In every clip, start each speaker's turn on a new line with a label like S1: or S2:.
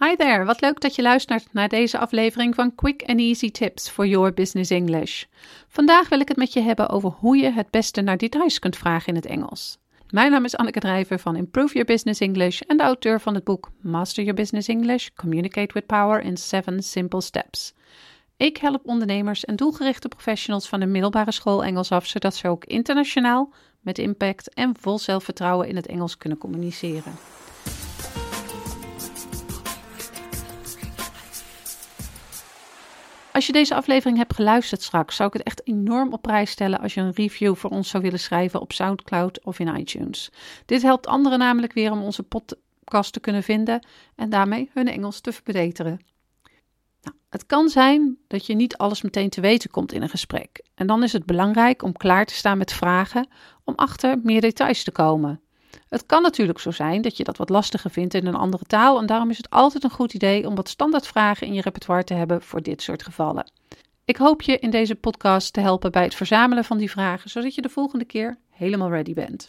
S1: Hi there, wat leuk dat je luistert naar deze aflevering van Quick and Easy Tips for Your Business English. Vandaag wil ik het met je hebben over hoe je het beste naar details kunt vragen in het Engels. Mijn naam is Anneke Drijver van Improve Your Business English en de auteur van het boek Master Your Business English, Communicate with Power in 7 Simple Steps. Ik help ondernemers en doelgerichte professionals van de middelbare school Engels af, zodat ze ook internationaal, met impact en vol zelfvertrouwen in het Engels kunnen communiceren. Als je deze aflevering hebt geluisterd straks, zou ik het echt enorm op prijs stellen als je een review voor ons zou willen schrijven op SoundCloud of in iTunes. Dit helpt anderen namelijk weer om onze podcast te kunnen vinden en daarmee hun Engels te verbeteren. Nou, het kan zijn dat je niet alles meteen te weten komt in een gesprek. En dan is het belangrijk om klaar te staan met vragen om achter meer details te komen. Het kan natuurlijk zo zijn dat je dat wat lastiger vindt in een andere taal en daarom is het altijd een goed idee om wat standaardvragen in je repertoire te hebben voor dit soort gevallen. Ik hoop je in deze podcast te helpen bij het verzamelen van die vragen, zodat je de volgende keer helemaal ready bent.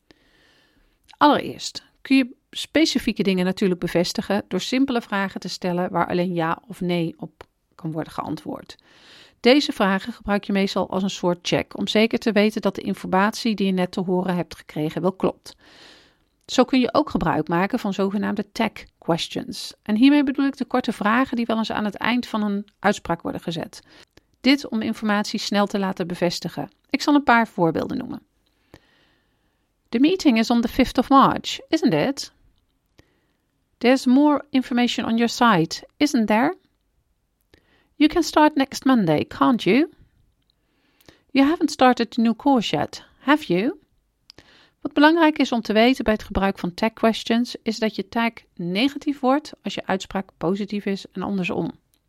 S1: Allereerst kun je specifieke dingen natuurlijk bevestigen door simpele vragen te stellen waar alleen ja of nee op kan worden geantwoord. Deze vragen gebruik je meestal als een soort check om zeker te weten dat de informatie die je net te horen hebt gekregen wel klopt. Zo kun je ook gebruik maken van zogenaamde tag questions. En hiermee bedoel ik de korte vragen die wel eens aan het eind van een uitspraak worden gezet. Dit om informatie snel te laten bevestigen. Ik zal een paar voorbeelden noemen. The meeting is on the 5th of March, isn't it? There's more information on your site, isn't there? You can start next Monday, can't you? You haven't started the new course yet, have you? Wat belangrijk is om te weten bij het gebruik van tag questions is dat je tag negatief wordt als je uitspraak positief is en andersom.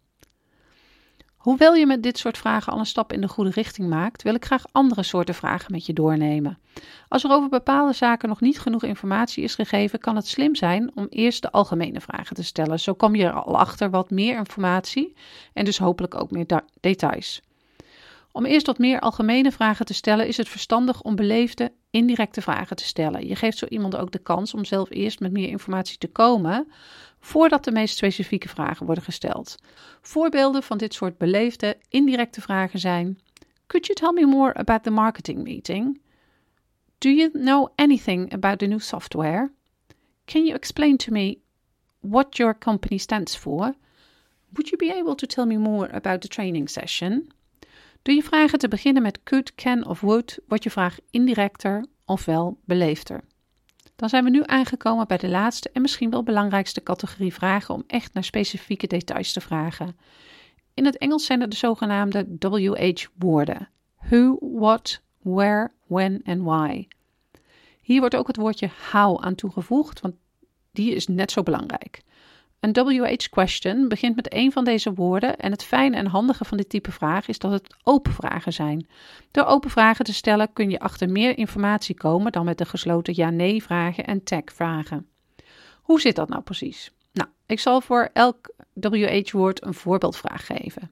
S1: Hoewel je met dit soort vragen al een stap in de goede richting maakt, wil ik graag andere soorten vragen met je doornemen. Als er over bepaalde zaken nog niet genoeg informatie is gegeven, kan het slim zijn om eerst de algemene vragen te stellen. Zo kom je er al achter wat meer informatie en dus hopelijk ook meer details. Om eerst wat meer algemene vragen te stellen is het verstandig om beleefde, indirecte vragen te stellen. Je geeft zo iemand ook de kans om zelf eerst met meer informatie te komen, voordat de meest specifieke vragen worden gesteld. Voorbeelden van dit soort beleefde, indirecte vragen zijn: Could you tell me more about the marketing meeting? Do you know anything about the new software? Can you explain to me what your company stands for? Would you be able to tell me more about the training session? Door je vragen te beginnen met could, can of would, wordt je vraag indirecter ofwel beleefder. Dan zijn we nu aangekomen bij de laatste en misschien wel belangrijkste categorie vragen om echt naar specifieke details te vragen. In het Engels zijn er de zogenaamde WH-woorden. Who, what, where, when en why. Hier wordt ook het woordje how aan toegevoegd, want die is net zo belangrijk. Een WH-question begint met een van deze woorden en het fijne en handige van dit type vraag is dat het open vragen zijn. Door open vragen te stellen kun je achter meer informatie komen dan met de gesloten ja-nee vragen en tag vragen. Hoe zit dat nou precies? Nou, ik zal voor elk WH-woord een voorbeeldvraag geven.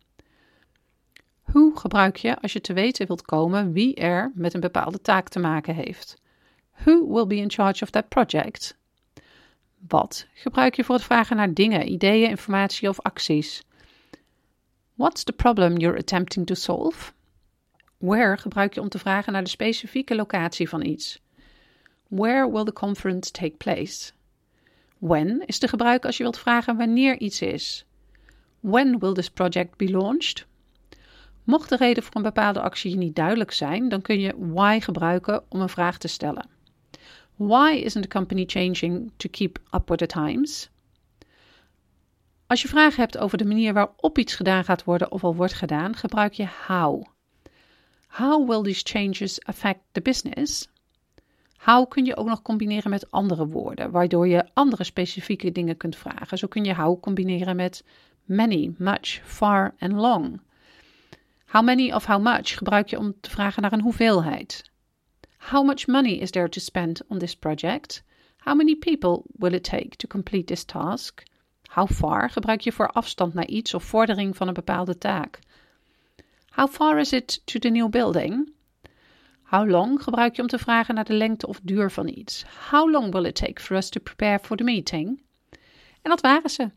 S1: Hoe gebruik je als je te weten wilt komen wie er met een bepaalde taak te maken heeft? Who will be in charge of that project? Wat gebruik je voor het vragen naar dingen, ideeën, informatie of acties? What's the problem you're attempting to solve? Where gebruik je om te vragen naar de specifieke locatie van iets? Where will the conference take place? When is te gebruiken als je wilt vragen wanneer iets is. When will this project be launched? Mocht de reden voor een bepaalde actie je niet duidelijk zijn, dan kun je why gebruiken om een vraag te stellen. Why isn't the company changing to keep up with the times? Als je vragen hebt over de manier waarop iets gedaan gaat worden of al wordt gedaan, gebruik je how. How will these changes affect the business? How kun je ook nog combineren met andere woorden, waardoor je andere specifieke dingen kunt vragen. Zo kun je how combineren met many, much, far en long. How many of how much gebruik je om te vragen naar een hoeveelheid. How much money is there to spend on this project? How many people will it take to complete this task? How far gebruik je voor afstand naar iets of vordering van een bepaalde taak. How far is it to the new building? How long gebruik je om te vragen naar de lengte of duur van iets. How long will it take for us to prepare for the meeting? En dat waren ze.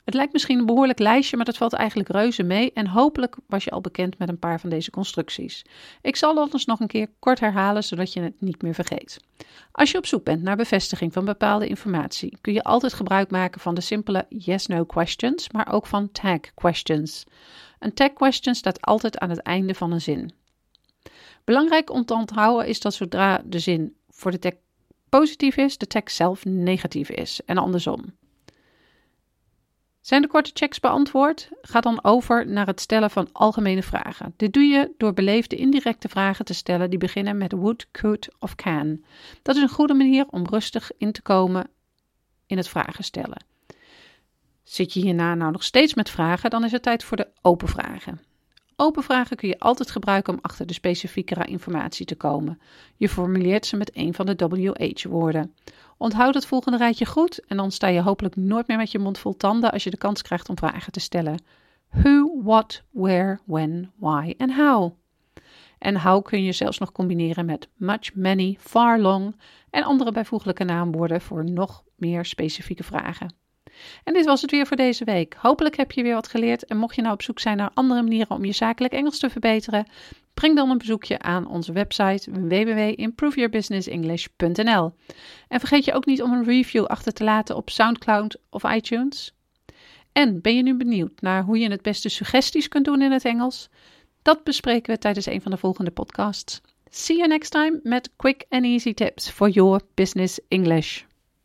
S1: Het lijkt misschien een behoorlijk lijstje, maar dat valt eigenlijk reuze mee en hopelijk was je al bekend met een paar van deze constructies. Ik zal dat eens nog een keer kort herhalen, zodat je het niet meer vergeet. Als je op zoek bent naar bevestiging van bepaalde informatie, kun je altijd gebruik maken van de simpele yes-no questions, maar ook van tag questions. Een tag question staat altijd aan het einde van een zin. Belangrijk om te onthouden is dat zodra de zin voor de tag positief is, de tag zelf negatief is en andersom. Zijn de korte checks beantwoord? Ga dan over naar het stellen van algemene vragen. Dit doe je door beleefde indirecte vragen te stellen die beginnen met would, could of can. Dat is een goede manier om rustig in te komen in het vragen stellen. Zit je hierna nou nog steeds met vragen, dan is het tijd voor de open vragen. Open vragen kun je altijd gebruiken om achter de specifiekere informatie te komen. Je formuleert ze met een van de WH-woorden. Onthoud het volgende rijtje goed en dan sta je hopelijk nooit meer met je mond vol tanden als je de kans krijgt om vragen te stellen. Who, what, where, when, why en how. En how kun je zelfs nog combineren met much, many, far, long en andere bijvoeglijke naamwoorden voor nog meer specifieke vragen. En dit was het weer voor deze week. Hopelijk heb je weer wat geleerd en mocht je nou op zoek zijn naar andere manieren om je zakelijk Engels te verbeteren, breng dan een bezoekje aan onze website www.improveyourbusinessenglish.nl. En vergeet je ook niet om een review achter te laten op SoundCloud of iTunes. En ben je nu benieuwd naar hoe je het beste suggesties kunt doen in het Engels? Dat bespreken we tijdens een van de volgende podcasts. See you next time met quick and easy tips for your business English.